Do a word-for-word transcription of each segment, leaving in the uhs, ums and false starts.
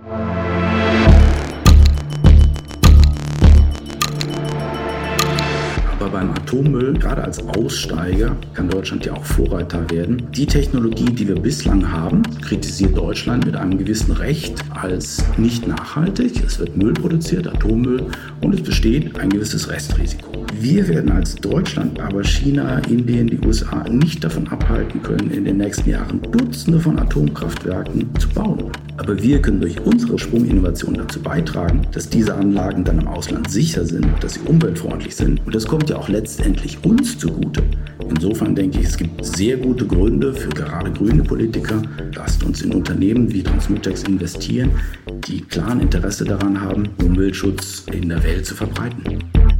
Aber beim Atommüll, gerade als Aussteiger, kann Deutschland ja auch Vorreiter werden. Die Technologie, die wir bislang haben, kritisiert Deutschland mit einem gewissen Recht als nicht nachhaltig. Es wird Müll produziert, Atommüll, und es besteht ein gewisses Restrisiko. Wir werden als Deutschland aber China, Indien, die U S A nicht davon abhalten können, in den nächsten Jahren Dutzende von Atomkraftwerken zu bauen. Aber wir können durch unsere Sprunginnovation dazu beitragen, dass diese Anlagen dann im Ausland sicher sind, dass sie umweltfreundlich sind. Und das kommt ja auch letztendlich uns zugute. Insofern denke ich, es gibt sehr gute Gründe für gerade grüne Politiker. Lasst uns in Unternehmen wie Transmutex investieren, die klaren Interesse daran haben, Umweltschutz in der Welt zu verbreiten.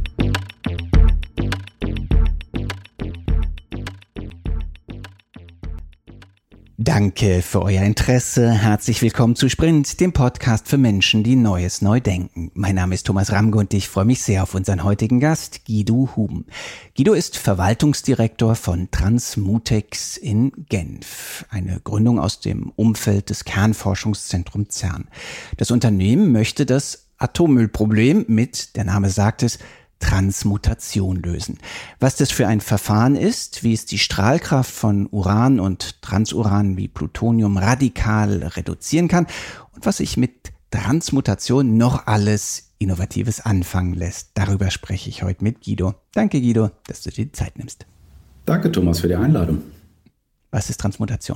Danke für euer Interesse. Herzlich willkommen zu Sprint, dem Podcast für Menschen, die Neues neu denken. Mein Name ist Thomas Ramge und ich freue mich sehr auf unseren heutigen Gast, Guido Huben. Guido ist Verwaltungsdirektor von Transmutex in Genf, eine Gründung aus dem Umfeld des Kernforschungszentrums CERN. Das Unternehmen möchte das Atommüllproblem mit, der Name sagt es, Transmutation lösen. Was das für ein Verfahren ist, wie es die Strahlkraft von Uran und Transuran wie Plutonium radikal reduzieren kann und was sich mit Transmutation noch alles Innovatives anfangen lässt. Darüber spreche ich heute mit Guido. Danke, Guido, dass du dir die Zeit nimmst. Danke, Thomas, für die Einladung. Was ist Transmutation?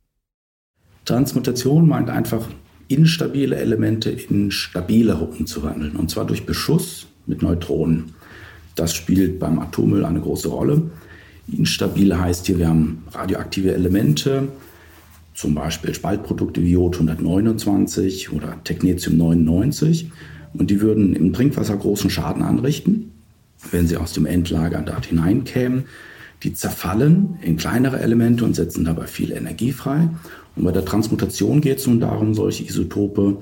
Transmutation meint einfach, instabile Elemente in stabilere umzuwandeln, und zwar durch Beschuss mit Neutronen. Das spielt beim Atommüll eine große Rolle. Instabil heißt hier, wir haben radioaktive Elemente, zum Beispiel Spaltprodukte wie Jod hundertneunundzwanzig oder Technetium neunundneunzig, und die würden im Trinkwasser großen Schaden anrichten, wenn sie aus dem Endlager dort hineinkämen. Die zerfallen in kleinere Elemente und setzen dabei viel Energie frei. Und bei der Transmutation geht es nun darum, solche Isotope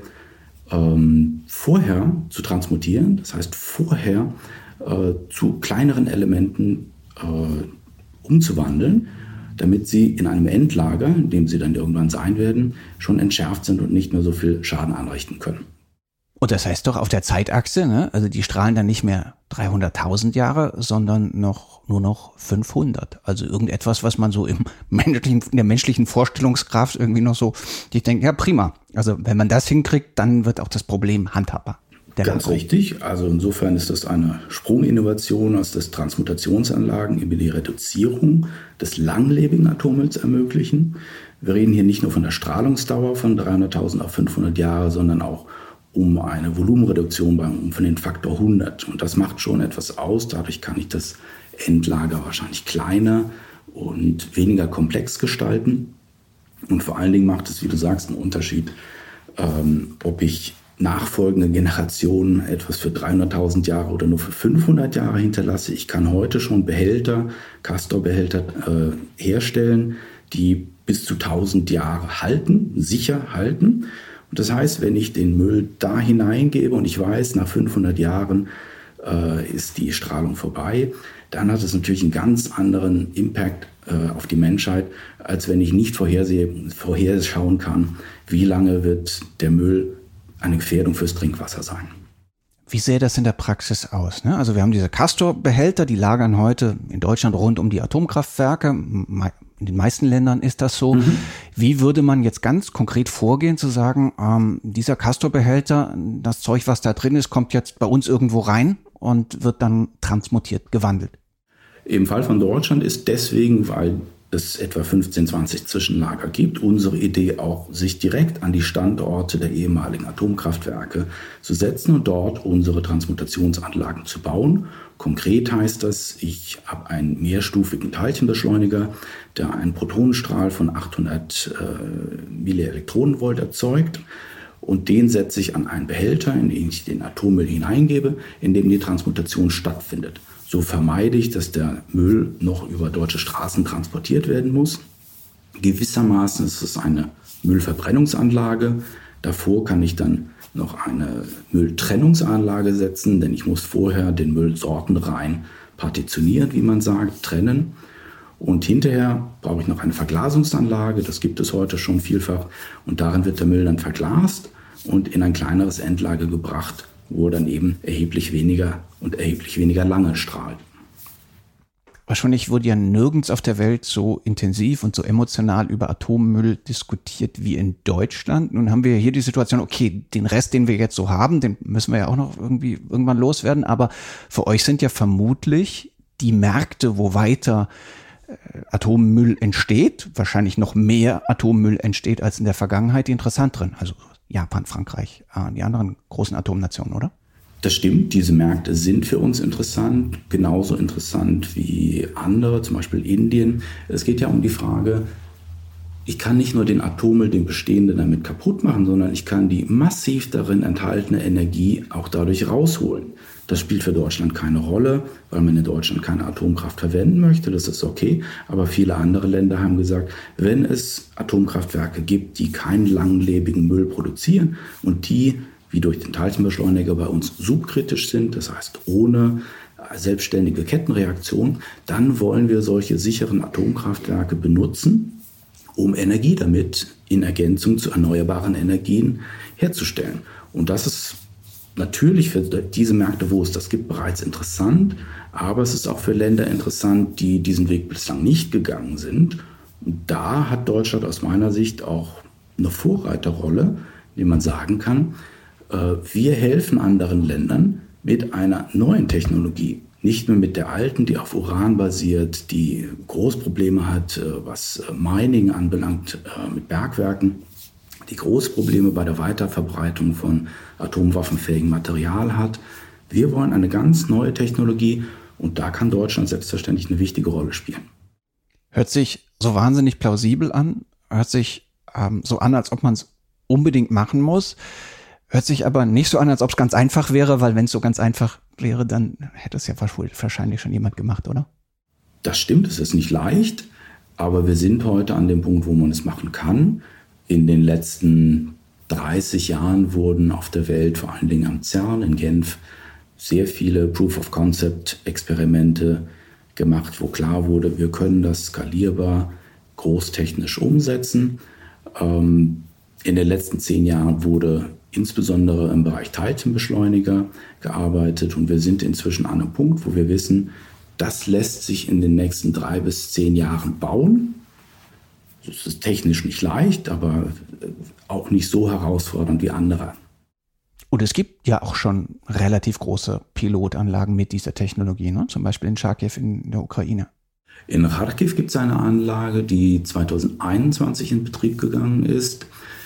ähm, vorher zu transmutieren, das heißt vorher äh, zu kleineren Elementen äh, umzuwandeln, damit sie in einem Endlager, in dem sie dann irgendwann sein werden, schon entschärft sind und nicht mehr so viel Schaden anrichten können. Und das heißt doch auf der Zeitachse, ne? Also die strahlen dann nicht mehr dreihunderttausend Jahre, sondern noch nur noch fünfhundert. Also irgendetwas, was man so im menschlichen, in der menschlichen Vorstellungskraft irgendwie noch so, ich denke, ja prima. Also wenn man das hinkriegt, dann wird auch das Problem handhabbar. Ganz richtig. Also insofern ist das eine Sprunginnovation, aus das Transmutationsanlagen über die Reduzierung des langlebigen Atommülls ermöglichen. Wir reden hier nicht nur von der Strahlungsdauer von dreihunderttausend auf fünfhundert Jahre, sondern auch um eine Volumenreduktion beim, von den Faktor hundert. Und das macht schon etwas aus. Dadurch kann ich das Endlager wahrscheinlich kleiner und weniger komplex gestalten. Und vor allen Dingen macht es, wie du sagst, einen Unterschied, ähm, ob ich nachfolgende Generationen etwas für dreihunderttausend Jahre oder nur für fünfhundert Jahre hinterlasse. Ich kann heute schon Behälter, Castor-Behälter äh, herstellen, die bis zu tausend Jahre halten, sicher halten. Und das heißt, wenn ich den Müll da hineingebe und ich weiß, nach fünfhundert Jahren äh, ist die Strahlung vorbei, dann hat es natürlich einen ganz anderen Impact äh, auf die Menschheit, als wenn ich nicht vorhersehe, vorherschauen kann, wie lange wird der Müll eine Gefährdung fürs Trinkwasser sein. Wie sähe das in der Praxis aus? Ne? Also wir haben diese Castor-Behälter, die lagern heute in Deutschland rund um die Atomkraftwerke. In den meisten Ländern ist das so. Mhm. Wie würde man jetzt ganz konkret vorgehen, zu sagen, ähm, dieser Castor-Behälter, das Zeug, was da drin ist, kommt jetzt bei uns irgendwo rein und wird dann transmutiert, gewandelt? Im Fall von Deutschland ist deswegen, weil es etwa fünfzehn, zwanzig Zwischenlager gibt, unsere Idee auch, sich direkt an die Standorte der ehemaligen Atomkraftwerke zu setzen und dort unsere Transmutationsanlagen zu bauen. Konkret heißt das, ich habe einen mehrstufigen Teilchenbeschleuniger, der einen Protonenstrahl von achthundert äh, Millielektronenvolt erzeugt. Und den setze ich an einen Behälter, in den ich den Atommüll hineingebe, in dem die Transmutation stattfindet. So vermeide ich, dass der Müll noch über deutsche Straßen transportiert werden muss. Gewissermaßen ist es eine Müllverbrennungsanlage. Davor kann ich dann noch eine Mülltrennungsanlage setzen, denn ich muss vorher den Müll sortenrein partitionieren, wie man sagt, trennen. Und hinterher brauche ich noch eine Verglasungsanlage, das gibt es heute schon vielfach. Und darin wird der Müll dann verglast, und in ein kleineres Endlager gebracht, wo dann eben erheblich weniger und erheblich weniger lange strahlt. Wahrscheinlich wurde ja nirgends auf der Welt so intensiv und so emotional über Atommüll diskutiert wie in Deutschland. Nun haben wir hier die Situation, okay, den Rest, den wir jetzt so haben, den müssen wir ja auch noch irgendwie irgendwann loswerden. Aber für euch sind ja vermutlich die Märkte, wo weiter äh, Atommüll entsteht, wahrscheinlich noch mehr Atommüll entsteht als in der Vergangenheit, die interessanteren. Also Japan, Frankreich, äh, die anderen großen Atomnationen, oder? Das stimmt, diese Märkte sind für uns interessant, genauso interessant wie andere, zum Beispiel Indien. Es geht ja um die Frage, ich kann nicht nur den Atommüll, den bestehenden, damit kaputt machen, sondern ich kann die massiv darin enthaltene Energie auch dadurch rausholen. Das spielt für Deutschland keine Rolle, weil man in Deutschland keine Atomkraft verwenden möchte, das ist okay. Aber viele andere Länder haben gesagt, wenn es Atomkraftwerke gibt, die keinen langlebigen Müll produzieren und die wie durch den Teilchenbeschleuniger bei uns subkritisch sind, das heißt ohne selbstständige Kettenreaktion, dann wollen wir solche sicheren Atomkraftwerke benutzen, um Energie damit in Ergänzung zu erneuerbaren Energien herzustellen. Und das ist natürlich für diese Märkte, wo es das gibt, bereits interessant, aber es ist auch für Länder interessant, die diesen Weg bislang nicht gegangen sind. Und da hat Deutschland aus meiner Sicht auch eine Vorreiterrolle, indem man sagen kann, wir helfen anderen Ländern mit einer neuen Technologie, nicht mehr mit der alten, die auf Uran basiert, die Großprobleme hat, was Mining anbelangt, mit Bergwerken, die Großprobleme bei der Weiterverbreitung von atomwaffenfähigem Material hat. Wir wollen eine ganz neue Technologie und da kann Deutschland selbstverständlich eine wichtige Rolle spielen. Hört sich so wahnsinnig plausibel an, hört sich ähm, so an, als ob man es unbedingt machen muss. Hört sich aber nicht so an, als ob es ganz einfach wäre, weil wenn es so ganz einfach wäre, dann hätte es ja wahrscheinlich schon jemand gemacht, oder? Das stimmt, es ist nicht leicht, aber wir sind heute an dem Punkt, wo man es machen kann. In den letzten dreißig Jahren wurden auf der Welt, vor allen Dingen am CERN in Genf, sehr viele Proof-of-Concept-Experimente gemacht, wo klar wurde, wir können das skalierbar, großtechnisch umsetzen. Ähm, in den letzten zehn Jahren wurde insbesondere im Bereich Teilchenbeschleuniger gearbeitet und wir sind inzwischen an einem Punkt, wo wir wissen, das lässt sich in den nächsten drei bis zehn Jahren bauen. Das ist technisch nicht leicht, aber auch nicht so herausfordernd wie andere. Und es gibt ja auch schon relativ große Pilotanlagen mit dieser Technologie, ne? Zum Beispiel in Charkiw in der Ukraine. In Charkiw gibt es eine Anlage, die zweitausendeinundzwanzig in Betrieb gegangen ist.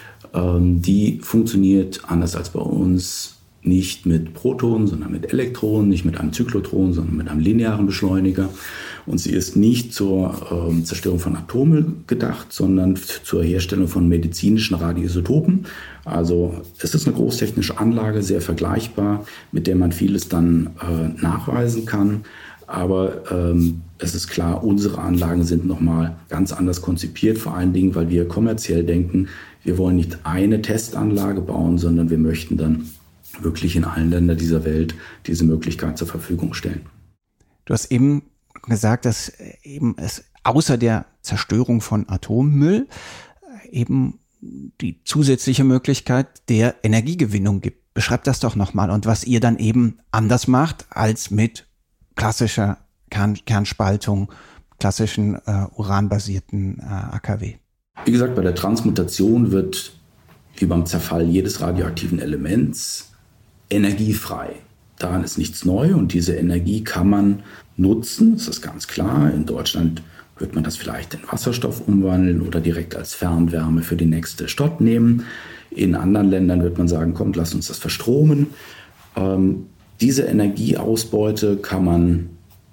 Die funktioniert anders als bei uns nicht mit Protonen, sondern mit Elektronen, nicht mit einem Zyklotron, sondern mit einem linearen Beschleuniger. Und sie ist nicht zur äh, Zerstörung von Atomen gedacht, sondern zur Herstellung von medizinischen Radioisotopen. Also es ist eine großtechnische Anlage, sehr vergleichbar, mit der man vieles dann äh, nachweisen kann. Aber ähm, es ist klar, unsere Anlagen sind nochmal ganz anders konzipiert, vor allen Dingen, weil wir kommerziell denken, wir wollen nicht eine Testanlage bauen, sondern wir möchten dann wirklich in allen Ländern dieser Welt diese Möglichkeit zur Verfügung stellen. Du hast eben gesagt, dass eben es außer der Zerstörung von Atommüll eben die zusätzliche Möglichkeit der Energiegewinnung gibt. Beschreib das doch nochmal und was ihr dann eben anders macht als mit klassischer Kern, Kernspaltung, klassischen äh, uranbasierten äh, A K W. Wie gesagt, bei der Transmutation wird, wie beim Zerfall jedes radioaktiven Elements, energiefrei. Daran ist nichts neu und diese Energie kann man nutzen, das ist ganz klar. In Deutschland wird man das vielleicht in Wasserstoff umwandeln oder direkt als Fernwärme für die nächste Stadt nehmen. In anderen Ländern wird man sagen, kommt, lasst uns das verstromen. Ähm, diese Energieausbeute kann man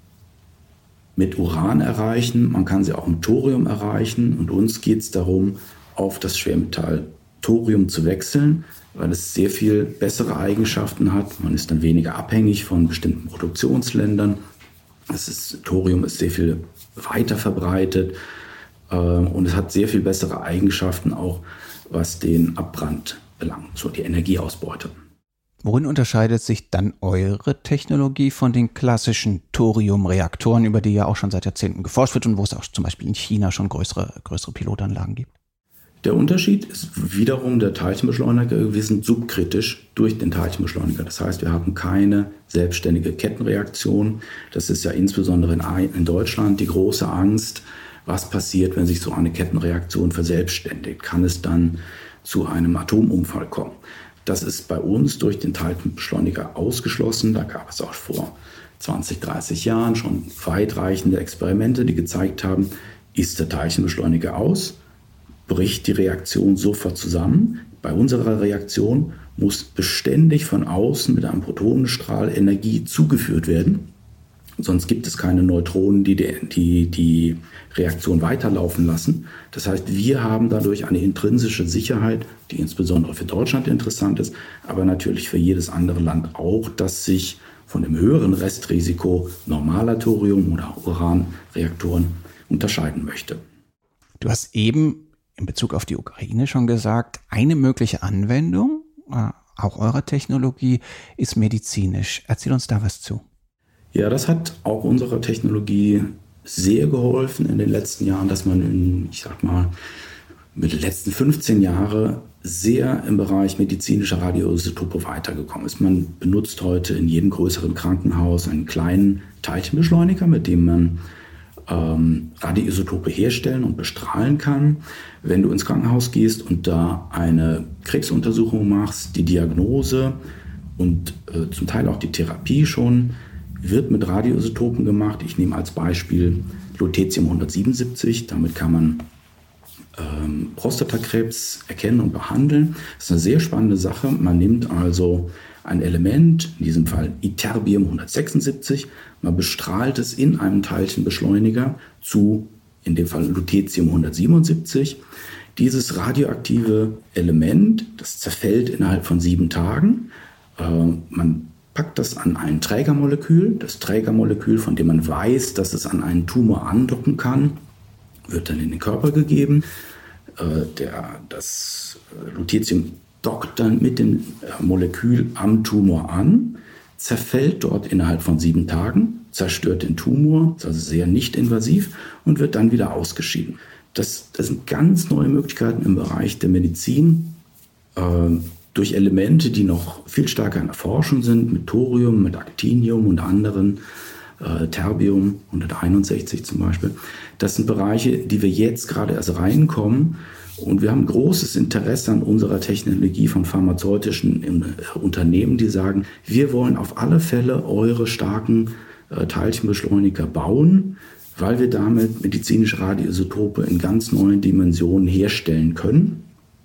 mit Uran erreichen, man kann sie auch mit Thorium erreichen und uns geht es darum, auf das Schwermetall Thorium zu wechseln, weil es sehr viel bessere Eigenschaften hat. Man ist dann weniger abhängig von bestimmten Produktionsländern. Es ist, Thorium ist sehr viel weiter verbreitet äh, und es hat sehr viel bessere Eigenschaften auch, was den Abbrand belangt, so die Energieausbeute. Worin unterscheidet sich dann eure Technologie von den klassischen Thoriumreaktoren, über die ja auch schon seit Jahrzehnten geforscht wird und wo es auch zum Beispiel in China schon größere, größere Pilotanlagen gibt? Der Unterschied ist wiederum der Teilchenbeschleuniger. Wir sind subkritisch durch den Teilchenbeschleuniger. Das heißt, wir haben keine selbstständige Kettenreaktion. Das ist ja insbesondere in, in Deutschland die große Angst. Was passiert, wenn sich so eine Kettenreaktion verselbstständigt? Kann es dann zu einem Atomunfall kommen? Das ist bei uns durch den Teilchenbeschleuniger ausgeschlossen. Da gab es auch vor zwanzig, dreißig Jahren schon weitreichende Experimente, die gezeigt haben, ist der Teilchenbeschleuniger aus, bricht die Reaktion sofort zusammen. Bei unserer Reaktion muss beständig von außen mit einem Protonenstrahl Energie zugeführt werden. Sonst gibt es keine Neutronen, die die, die die Reaktion weiterlaufen lassen. Das heißt, wir haben dadurch eine intrinsische Sicherheit, die insbesondere für Deutschland interessant ist, aber natürlich für jedes andere Land auch, das sich von dem höheren Restrisiko normaler Thorium- oder Uranreaktoren unterscheiden möchte. Du hast eben in Bezug auf die Ukraine schon gesagt, eine mögliche Anwendung, äh, auch eurer Technologie, ist medizinisch. Erzähl uns da was zu. Ja, das hat auch unserer Technologie sehr geholfen in den letzten Jahren, dass man in, ich sag mal, mit den letzten fünfzehn Jahren sehr im Bereich medizinischer Radioisotope weitergekommen ist. Man benutzt heute in jedem größeren Krankenhaus einen kleinen Teilchenbeschleuniger, mit dem man ähm, Radioisotope herstellen und bestrahlen kann. Wenn du ins Krankenhaus gehst und da eine Krebsuntersuchung machst, die Diagnose und äh, zum Teil auch die Therapie schon, wird mit Radioisotopen gemacht. Ich nehme als Beispiel Lutetium hundertsiebenundsiebzig. Damit kann man ähm, Prostatakrebs erkennen und behandeln. Das ist eine sehr spannende Sache. Man nimmt also ein Element, in diesem Fall Ytterbium hundertsechsundsiebzig, man bestrahlt es in einem Teilchenbeschleuniger zu, in dem Fall Lutetium hundertsiebenundsiebzig. Dieses radioaktive Element, das zerfällt innerhalb von sieben Tagen. Äh, man packt das an ein Trägermolekül. Das Trägermolekül, von dem man weiß, dass es an einen Tumor andocken kann, wird dann in den Körper gegeben. Äh, der, das Lutetium dockt dann mit dem Molekül am Tumor an, zerfällt dort innerhalb von sieben Tagen, zerstört den Tumor, ist also sehr nicht invasiv und wird dann wieder ausgeschieden. Das, das sind ganz neue Möglichkeiten im Bereich der Medizin, äh, durch Elemente, die noch viel stärker in der Forschung sind, mit Thorium, mit Actinium und anderen, äh, Terbium hunderteinundsechzig zum Beispiel. Das sind Bereiche, die wir jetzt gerade erst reinkommen. Und wir haben großes Interesse an unserer Technologie von pharmazeutischen Unternehmen, die sagen, wir wollen auf alle Fälle eure starken äh, Teilchenbeschleuniger bauen, weil wir damit medizinische Radioisotope in ganz neuen Dimensionen herstellen können.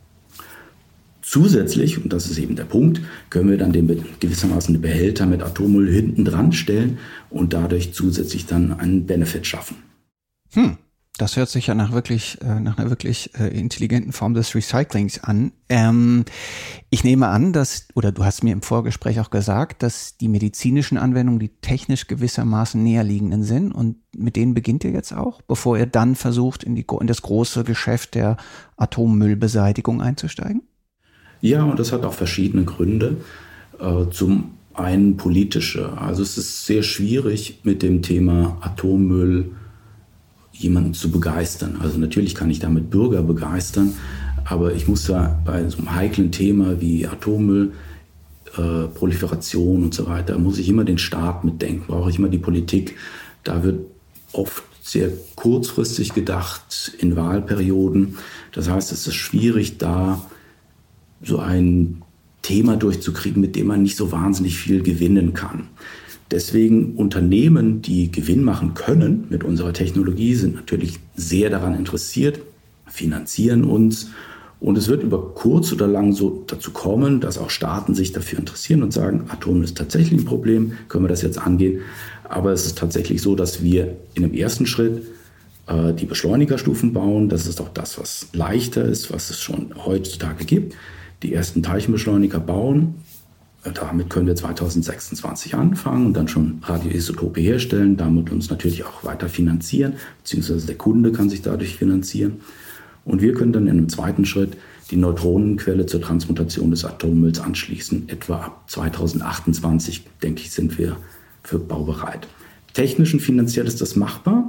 Zusätzlich, und das ist eben der Punkt, können wir dann den gewissermaßen den Behälter mit Atommüll hinten dran stellen und dadurch zusätzlich dann einen Benefit schaffen. Hm. Das hört sich ja nach wirklich, äh, nach einer wirklich äh, intelligenten Form des Recyclings an. Ähm, ich nehme an, dass, oder du hast mir im Vorgespräch auch gesagt, dass die medizinischen Anwendungen die technisch gewissermaßen näher liegenden sind und mit denen beginnt ihr jetzt auch, bevor ihr dann versucht, in, die, in das große Geschäft der Atommüllbeseitigung einzusteigen? Ja, und das hat auch verschiedene Gründe. Äh, zum einen politische. Also es ist sehr schwierig mit dem Thema Atommüll jemanden zu begeistern. Also natürlich kann ich damit Bürger begeistern, aber ich muss da bei so einem heiklen Thema wie Atommüll, äh, Proliferation und so weiter, muss ich immer den Staat mitdenken, brauche ich immer die Politik. Da wird oft sehr kurzfristig gedacht in Wahlperioden. Das heißt, es ist schwierig, da so ein Thema durchzukriegen, mit dem man nicht so wahnsinnig viel gewinnen kann. Deswegen Unternehmen, die Gewinn machen können mit unserer Technologie, sind natürlich sehr daran interessiert, finanzieren uns. Und es wird über kurz oder lang so dazu kommen, dass auch Staaten sich dafür interessieren und sagen, Atom ist tatsächlich ein Problem, können wir das jetzt angehen. Aber es ist tatsächlich so, dass wir in dem ersten Schritt äh, die Beschleunigerstufen bauen. Das ist auch das, was leichter ist, was es schon heutzutage gibt. Die ersten Teilchenbeschleuniger bauen. Damit können wir zwanzig sechsundzwanzig anfangen und dann schon Radioisotope herstellen, damit uns natürlich auch weiter finanzieren, beziehungsweise der Kunde kann sich dadurch finanzieren. Und wir können dann in einem zweiten Schritt die Neutronenquelle zur Transmutation des Atommülls anschließen. Etwa ab zwanzig achtundzwanzig, denke ich, sind wir für baubereit. Technisch und finanziell ist das machbar.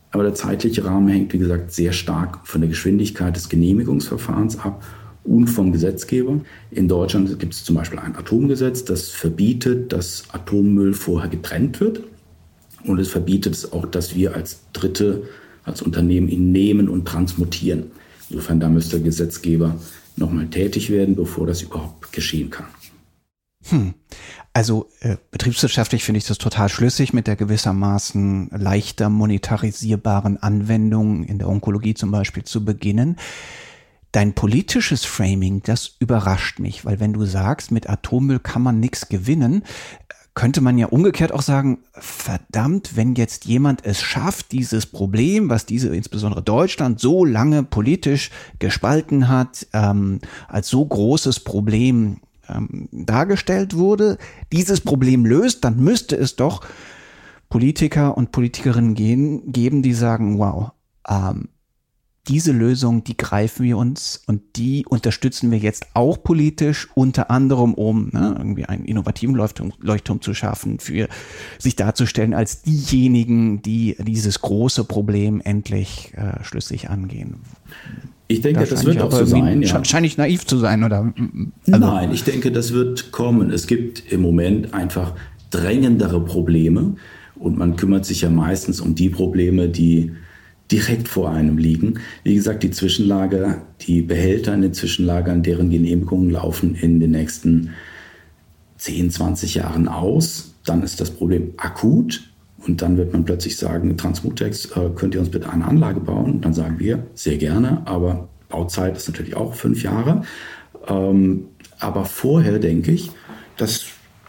Aber der zeitliche Rahmen hängt, wie gesagt, sehr stark von der Geschwindigkeit des Genehmigungsverfahrens ab und vom Gesetzgeber. In Deutschland gibt es zum Beispiel ein Atomgesetz, das verbietet, dass Atommüll vorher getrennt wird. Und es verbietet es auch, dass wir als Dritte, als Unternehmen ihn nehmen und transmutieren. Insofern, da müsste der Gesetzgeber nochmal tätig werden, bevor das überhaupt geschehen kann. Hm. Also äh, betriebswirtschaftlich finde ich das total schlüssig mit der gewissermaßen leichter monetarisierbaren Anwendung in der Onkologie zum Beispiel zu beginnen. Dein politisches Framing, das überrascht mich, weil wenn du sagst, mit Atommüll kann man nichts gewinnen, könnte man ja umgekehrt auch sagen, verdammt, wenn jetzt jemand es schafft, dieses Problem, was diese insbesondere Deutschland so lange politisch gespalten hat, ähm, als so großes Problem ähm, dargestellt wurde, dieses Problem löst, dann müsste es doch Politiker und Politikerinnen gehen, geben, die sagen, wow, ähm, diese Lösung, die greifen wir uns und die unterstützen wir jetzt auch politisch, unter anderem, um ne, irgendwie einen innovativen Leuchtturm, Leuchtturm zu schaffen, für sich darzustellen als diejenigen, die dieses große Problem endlich äh, schlüssig angehen. Ich denke, da das wird auch so sein. Ja. Scheine ich naiv zu sein, oder? Also, nein, ich denke, das wird kommen. Es gibt im Moment einfach drängendere Probleme und man kümmert sich ja meistens um die Probleme, die direkt vor einem liegen. Wie gesagt, die Zwischenlager, die Behälter in den Zwischenlagern, deren Genehmigungen laufen in den nächsten zehn, zwanzig Jahren aus. Dann ist das Problem akut und dann wird man plötzlich sagen, Transmutex, äh, könnt ihr uns bitte eine Anlage bauen? Und dann sagen wir, sehr gerne, aber Bauzeit ist natürlich auch fünf Jahre. Ähm, aber vorher denke ich, das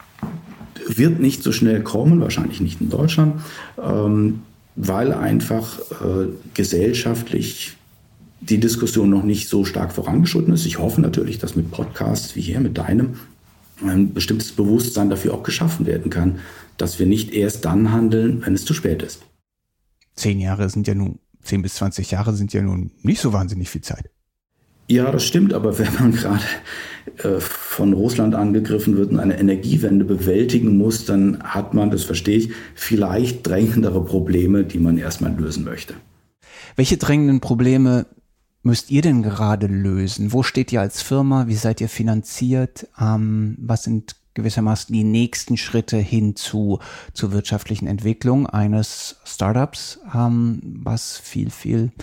wird nicht so schnell kommen, wahrscheinlich nicht in Deutschland, ähm, weil einfach äh, gesellschaftlich die Diskussion noch nicht so stark vorangeschritten ist. Ich hoffe natürlich, dass mit Podcasts wie hier, mit deinem, ein bestimmtes Bewusstsein dafür auch geschaffen werden kann, dass wir nicht erst dann handeln, wenn es zu spät ist. Zehn Jahre sind ja nun, zehn bis zwanzig Jahre sind ja nun nicht so wahnsinnig viel Zeit. Ja, das stimmt, aber wenn man gerade äh, von Russland angegriffen wird und eine Energiewende bewältigen muss, dann hat man, das verstehe ich, vielleicht drängendere Probleme, die man erstmal lösen möchte. Welche drängenden Probleme müsst ihr denn gerade lösen? Wo steht ihr als Firma? Wie seid ihr finanziert? Ähm, was sind gewissermaßen die nächsten Schritte hin zu zur wirtschaftlichen Entwicklung eines Startups, ähm, was viel, viel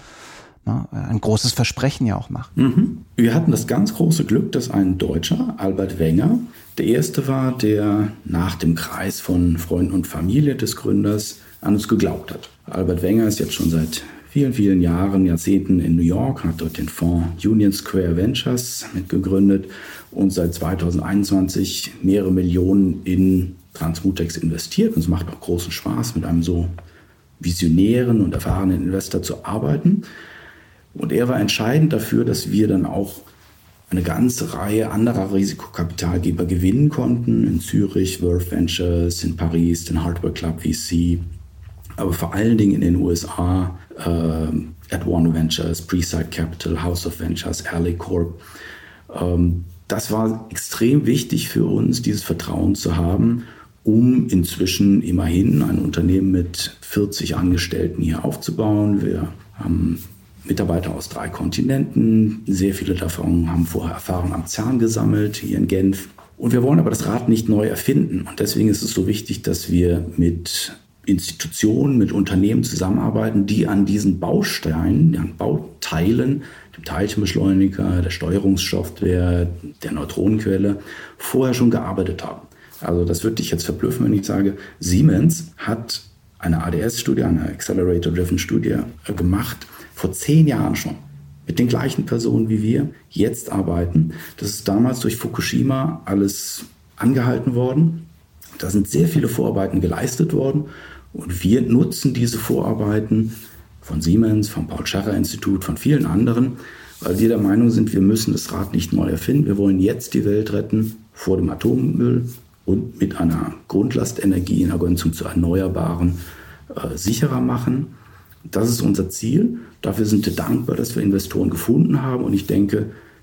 ein großes Versprechen ja auch macht. Mhm. Wir hatten das ganz große Glück, dass ein Deutscher, Albert Wenger, der erste war, der nach dem Kreis von Freunden und Familie des Gründers an uns geglaubt hat. Albert Wenger ist jetzt schon seit vielen, vielen Jahren, Jahrzehnten in New York, hat dort den Fonds Union Square Ventures mitgegründet und seit zweitausendeinundzwanzig mehrere Millionen in Transmutex investiert. Und es macht auch großen Spaß, mit einem so visionären und erfahrenen Investor zu arbeiten. Und er war entscheidend dafür, dass wir dann auch eine ganze Reihe anderer Risikokapitalgeber gewinnen konnten. In Zürich, Verve Ventures, in Paris, den Hardware Club V C, aber vor allen Dingen in den U S A, äh, At One Ventures, Preside Capital, House of Ventures, Alley Corp. Ähm, das war extrem wichtig für uns, dieses Vertrauen zu haben, um inzwischen immerhin ein Unternehmen mit vierzig Angestellten hier aufzubauen. Wir haben Mitarbeiter aus drei Kontinenten. Sehr viele davon haben vorher Erfahrung am CERN gesammelt, hier in Genf. Und wir wollen aber das Rad nicht neu erfinden. Und deswegen ist es so wichtig, dass wir mit Institutionen, mit Unternehmen zusammenarbeiten, die an diesen Bausteinen, an Bauteilen, dem Teilchenbeschleuniger, der Steuerungssoftware, der Neutronenquelle, vorher schon gearbeitet haben. Also das würde dich jetzt verblüffen, wenn ich sage, Siemens hat eine A D S-Studie, eine Accelerator-Driven-Studie gemacht, vor zehn Jahren schon, mit den gleichen Personen wie wir jetzt arbeiten. Das ist damals durch Fukushima alles angehalten worden. Da sind sehr viele Vorarbeiten geleistet worden und wir nutzen diese Vorarbeiten von Siemens, vom Paul-Scherrer-Institut, von vielen anderen, weil wir der Meinung sind, wir müssen das Rad nicht neu erfinden. Wir wollen jetzt die Welt retten vor dem Atommüll und mit einer Grundlastenergie in Ergänzung zu Erneuerbaren äh, sicherer machen. Das ist unser Ziel. Dafür sind wir dankbar, dass wir Investoren gefunden haben. Und ich denke,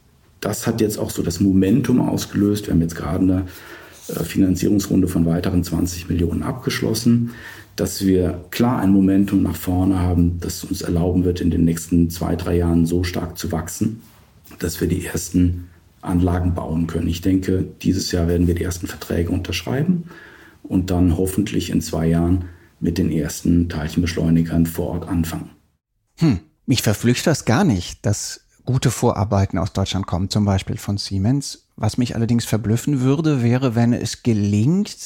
das hat jetzt auch so das Momentum ausgelöst. Wir haben jetzt gerade eine Finanzierungsrunde von weiteren zwanzig Millionen abgeschlossen. dass wir klar ein Momentum nach vorne haben, das uns erlauben wird, in den nächsten zwei, drei Jahren so stark zu wachsen, dass wir die ersten Anlagen bauen können. Ich denke, dieses Jahr werden wir die ersten Verträge unterschreiben und dann hoffentlich in zwei Jahren mit den ersten Teilchenbeschleunigern vor Ort anfangen. Hm, mich verflücht das gar nicht, dass gute Vorarbeiten aus Deutschland kommen, zum Beispiel von Siemens. Was mich allerdings verblüffen würde, wäre, wenn es gelingt,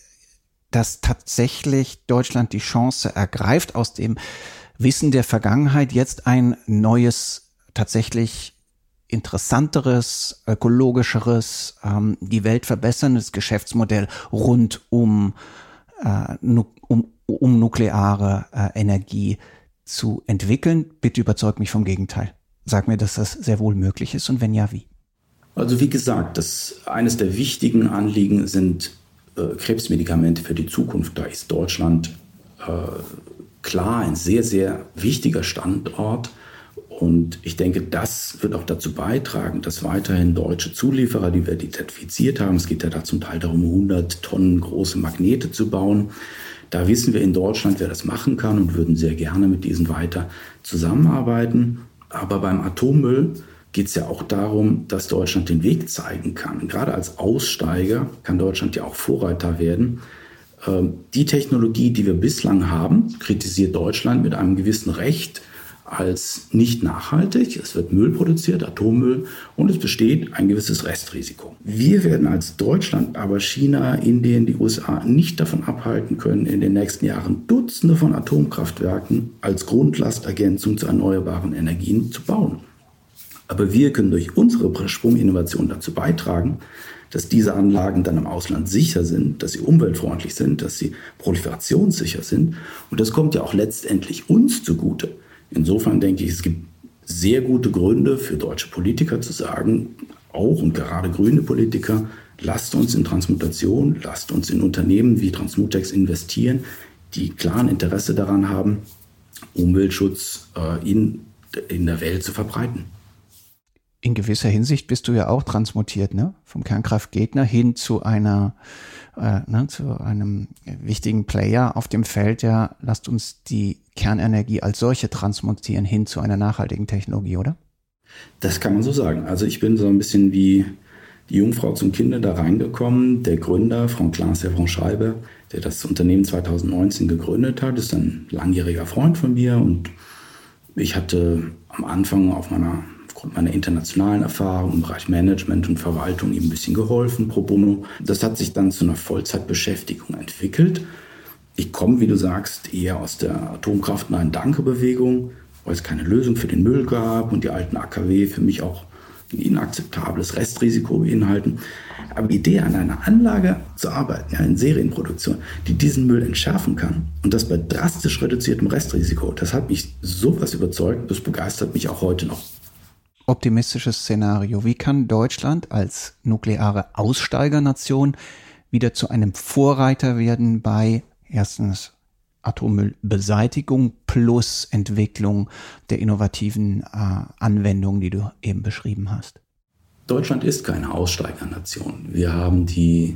dass tatsächlich Deutschland die Chance ergreift, aus dem Wissen der Vergangenheit jetzt ein neues, tatsächlich interessanteres, ökologischeres, ähm, die Welt verbesserndes Geschäftsmodell rund um, äh, nu- um, um nukleare äh, Energie zu entwickeln. Bitte überzeug mich vom Gegenteil. Sag mir, dass das sehr wohl möglich ist und wenn ja, wie? Also wie gesagt, das, eines der wichtigen Anliegen sind äh, Krebsmedikamente für die Zukunft. Da ist Deutschland äh, klar ein sehr, sehr wichtiger Standort. Und ich denke, das wird auch dazu beitragen, dass weiterhin deutsche Zulieferer, die wir zertifiziert haben, es geht ja da zum Teil darum, hundert Tonnen große Magnete zu bauen. Da wissen wir in Deutschland, wer das machen kann und würden sehr gerne mit diesen weiter zusammenarbeiten. Aber beim Atommüll geht es ja auch darum, dass Deutschland den Weg zeigen kann. Gerade als Aussteiger kann Deutschland ja auch Vorreiter werden. Die Technologie, die wir bislang haben, kritisiert Deutschland mit einem gewissen Recht als nicht nachhaltig. Es wird Müll produziert, Atommüll, und es besteht ein gewisses Restrisiko. Wir werden als Deutschland aber China, Indien, die U S A nicht davon abhalten können, in den nächsten Jahren Dutzende von Atomkraftwerken als Grundlastergänzung zu erneuerbaren Energien zu bauen. Aber wir können durch unsere Sprunginnovation dazu beitragen, dass diese Anlagen dann im Ausland sicher sind, dass sie umweltfreundlich sind, dass sie proliferationssicher sind. Und das kommt ja auch letztendlich uns zugute. Insofern denke ich, es gibt sehr gute Gründe für deutsche Politiker zu sagen, auch und gerade grüne Politiker, lasst uns in Transmutation, lasst uns in Unternehmen wie Transmutex investieren, die klaren Interesse daran haben, Umweltschutz äh, in, in der Welt zu verbreiten. In gewisser Hinsicht bist du ja auch transmutiert, ne? Vom Kernkraftgegner hin zu einer, äh, ne, zu einem wichtigen Player auf dem Feld. Ja, lasst uns die Kernenergie als solche transmutieren hin zu einer nachhaltigen Technologie, oder? Das kann man so sagen. Also ich bin so ein bisschen wie die Jungfrau zum Kinde da reingekommen. Der Gründer, Frank Klaas, Herr Frank Schreiber, der das Unternehmen zwanzig neunzehn gegründet hat, ist ein langjähriger Freund von mir. Und ich hatte am Anfang auf meiner aufgrund meiner internationalen Erfahrung im Bereich Management und Verwaltung ihm ein bisschen geholfen, pro bono. Das hat sich dann zu einer Vollzeitbeschäftigung entwickelt. Ich komme, wie du sagst, eher aus der Atomkraft- Nein Danke-Bewegung, weil es keine Lösung für den Müll gab und die alten A K W für mich auch ein inakzeptables Restrisiko beinhalten. Aber die Idee, an einer Anlage zu arbeiten, ja, in Serienproduktion, die diesen Müll entschärfen kann und das bei drastisch reduziertem Restrisiko, das hat mich sowas überzeugt, das begeistert mich auch heute noch. Optimistisches Szenario. Wie kann Deutschland als nukleare Aussteigernation wieder zu einem Vorreiter werden bei erstens Atommüllbeseitigung plus Entwicklung der innovativen äh, Anwendungen, die du eben beschrieben hast? Deutschland ist keine Aussteigernation. Wir haben die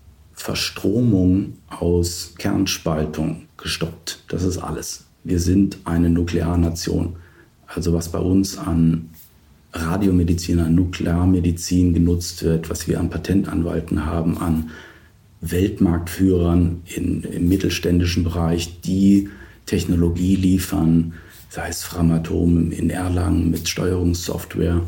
Verstromung aus Kernspaltung gestoppt. Das ist alles. Wir sind eine Nuklearnation. Also was bei uns an Radiomedizin, an Nuklearmedizin genutzt wird, was wir an Patentanwalten haben, an Weltmarktführern in, im mittelständischen Bereich, die Technologie liefern, sei es Framatome in Erlangen mit Steuerungssoftware,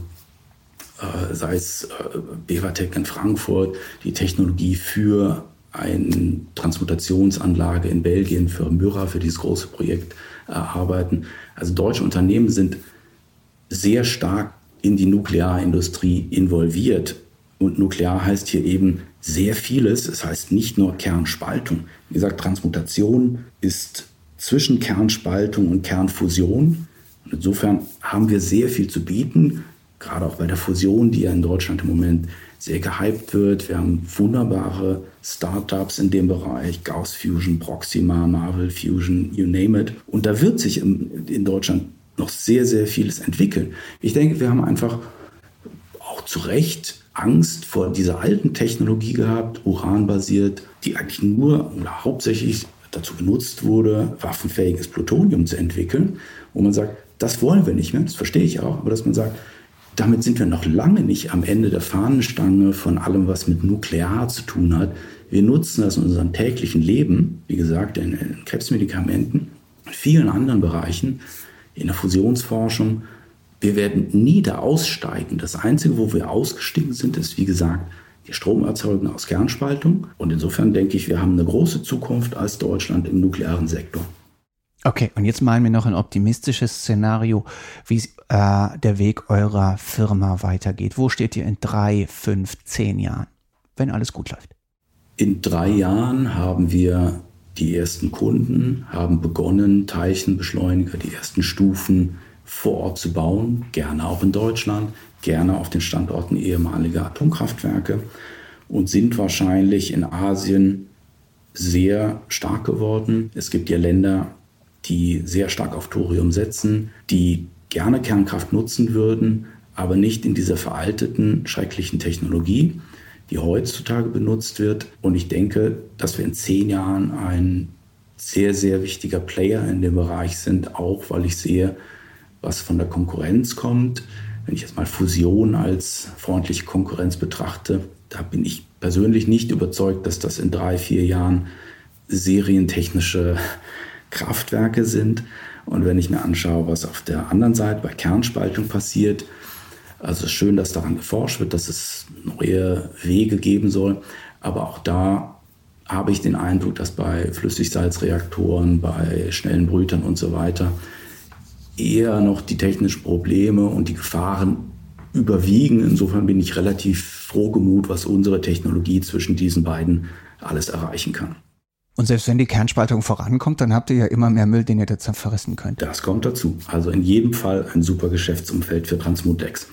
äh, sei es äh, Bevatec in Frankfurt, die Technologie für eine Transmutationsanlage in Belgien, für Myra, für dieses große Projekt erarbeiten. Also deutsche Unternehmen sind sehr stark in die Nuklearindustrie involviert. Und nuklear heißt hier eben sehr vieles. Es heißt nicht nur Kernspaltung. Wie gesagt, Transmutation ist zwischen Kernspaltung und Kernfusion. Und insofern haben wir sehr viel zu bieten, gerade auch bei der Fusion, die ja in Deutschland im Moment sehr gehypt wird. Wir haben wunderbare Startups in dem Bereich, Gauss Fusion, Proxima, Marvel Fusion, you name it. Und da wird sich in, in Deutschland noch sehr, sehr vieles entwickeln. Ich denke, wir haben einfach auch zu Recht Angst vor dieser alten Technologie gehabt, uranbasiert, die eigentlich nur oder hauptsächlich dazu genutzt wurde, waffenfähiges Plutonium zu entwickeln, wo man sagt, das wollen wir nicht mehr, das verstehe ich auch, aber dass man sagt, damit sind wir noch lange nicht am Ende der Fahnenstange von allem, was mit Nuklear zu tun hat. Wir nutzen das in unserem täglichen Leben, wie gesagt, in, in Krebsmedikamenten, in vielen anderen Bereichen, in der Fusionsforschung. Wir werden nie da aussteigen. Das Einzige, wo wir ausgestiegen sind, ist, wie gesagt, die Stromerzeugung aus Kernspaltung. Und insofern denke ich, wir haben eine große Zukunft als Deutschland im nuklearen Sektor. Okay, und jetzt malen wir noch ein optimistisches Szenario, wie äh, der Weg eurer Firma weitergeht. Wo steht ihr in drei, fünf, zehn Jahren, wenn alles gut läuft? In drei Jahren haben wir die ersten Kunden, haben begonnen, Teilchenbeschleuniger, die ersten Stufen vor Ort zu bauen, gerne auch in Deutschland, gerne auf den Standorten ehemaliger Atomkraftwerke und sind wahrscheinlich in Asien sehr stark geworden. Es gibt ja Länder, die sehr stark auf Thorium setzen, die gerne Kernkraft nutzen würden, aber nicht in dieser veralteten, schrecklichen Technologie, die heutzutage benutzt wird. Und ich denke, dass wir in zehn Jahren ein sehr, sehr wichtiger Player in dem Bereich sind, auch weil ich sehe, was von der Konkurrenz kommt. Wenn ich jetzt mal Fusion als freundliche Konkurrenz betrachte, da bin ich persönlich nicht überzeugt, dass das in drei, vier Jahren serientechnische Kraftwerke sind. Und wenn ich mir anschaue, was auf der anderen Seite bei Kernspaltung passiert, also es ist schön, dass daran geforscht wird, dass es neue Wege geben soll. Aber auch da habe ich den Eindruck, dass bei Flüssigsalzreaktoren, bei schnellen Brütern und so weiter eher noch die technischen Probleme und die Gefahren überwiegen. Insofern bin ich relativ frohgemut, was unsere Technologie zwischen diesen beiden alles erreichen kann. Und selbst wenn die Kernspaltung vorankommt, dann habt ihr ja immer mehr Müll, den ihr da zerfressen könnt. Das kommt dazu. Also in jedem Fall ein super Geschäftsumfeld für Transmutex.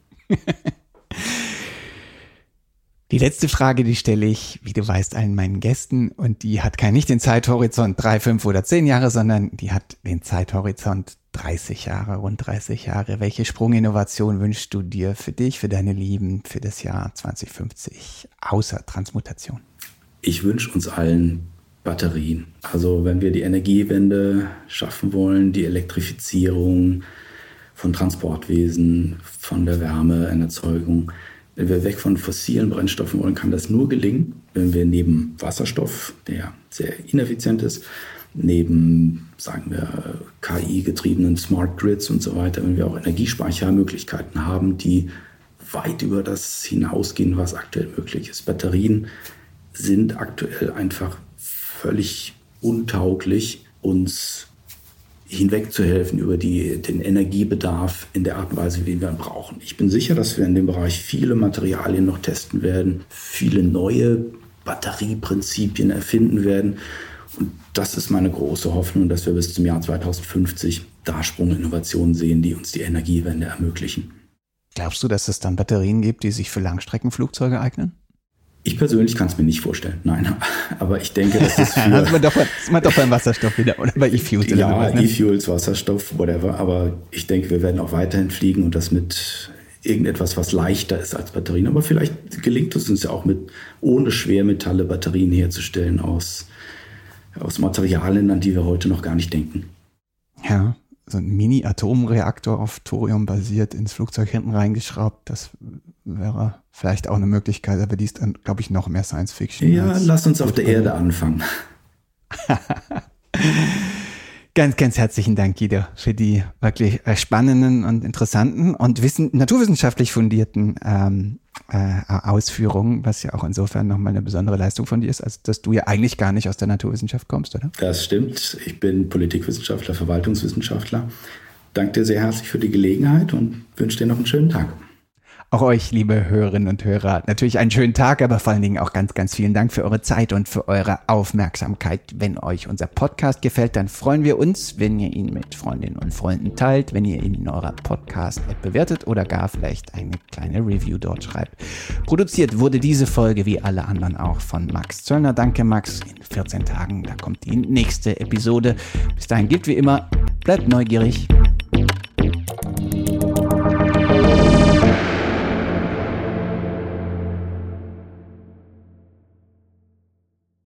Die letzte Frage, die stelle ich, wie du weißt, allen meinen Gästen. Und die hat kein nicht den Zeithorizont drei, fünf oder zehn Jahre, sondern die hat den Zeithorizont dreißig Jahre, rund dreißig Jahre. Welche Sprunginnovation wünschst du dir für dich, für deine Lieben, für das Jahr zwanzig fünfzig, außer Transmutation? Ich wünsche uns allen Batterien. Also wenn wir die Energiewende schaffen wollen, die Elektrifizierung von Transportwesen, von der Wärmeerzeugung, wenn wir weg von fossilen Brennstoffen wollen, kann das nur gelingen, wenn wir neben Wasserstoff, der sehr ineffizient ist, neben, sagen wir, K I-getriebenen Smart Grids und so weiter, wenn wir auch Energiespeichermöglichkeiten haben, die weit über das hinausgehen, was aktuell möglich ist. Batterien sind aktuell einfach völlig untauglich, uns hinwegzuhelfen über die, den Energiebedarf in der Art und Weise, wie wir ihn brauchen. Ich bin sicher, dass wir in dem Bereich viele Materialien noch testen werden, viele neue Batterieprinzipien erfinden werden. Und das ist meine große Hoffnung, dass wir bis zum Jahr zwanzig fünfzig da Sprunginnovationen sehen, die uns die Energiewende ermöglichen. Glaubst du, dass es dann Batterien gibt, die sich für Langstreckenflugzeuge eignen? Ich persönlich kann es mir nicht vorstellen, nein. Aber ich denke, dass das für... also man doch, man doch beim Wasserstoff wieder, oder bei E-Fuels. Ja, oder ne? E-Fuels, Wasserstoff, whatever. Aber ich denke, wir werden auch weiterhin fliegen und das mit irgendetwas, was leichter ist als Batterien. Aber vielleicht gelingt es uns ja auch mit, ohne Schwermetalle Batterien herzustellen aus, aus Materialien, an die wir heute noch gar nicht denken. Ja, so ein Mini-Atomreaktor auf Thorium basiert ins Flugzeug hinten reingeschraubt, das wäre vielleicht auch eine Möglichkeit, aber die ist dann, glaube ich, noch mehr Science-Fiction. Ja, lass uns auf der Erde anfangen. Ganz, ganz herzlichen Dank, Guido, für die wirklich spannenden und interessanten und wissen, naturwissenschaftlich fundierten ähm, äh, Ausführungen, was ja auch insofern nochmal eine besondere Leistung von dir ist, als dass du ja eigentlich gar nicht aus der Naturwissenschaft kommst, oder? Das stimmt. Ich bin Politikwissenschaftler, Verwaltungswissenschaftler. Danke dir sehr herzlich für die Gelegenheit und wünsche dir noch einen schönen Tag. Auch euch, liebe Hörerinnen und Hörer, natürlich einen schönen Tag, aber vor allen Dingen auch ganz, ganz vielen Dank für eure Zeit und für eure Aufmerksamkeit. Wenn euch unser Podcast gefällt, dann freuen wir uns, wenn ihr ihn mit Freundinnen und Freunden teilt, wenn ihr ihn in eurer Podcast-App bewertet oder gar vielleicht eine kleine Review dort schreibt. Produziert wurde diese Folge wie alle anderen auch von Max Zöllner. Danke, Max. In vierzehn Tagen, da kommt die nächste Episode. Bis dahin gilt wie immer, bleibt neugierig.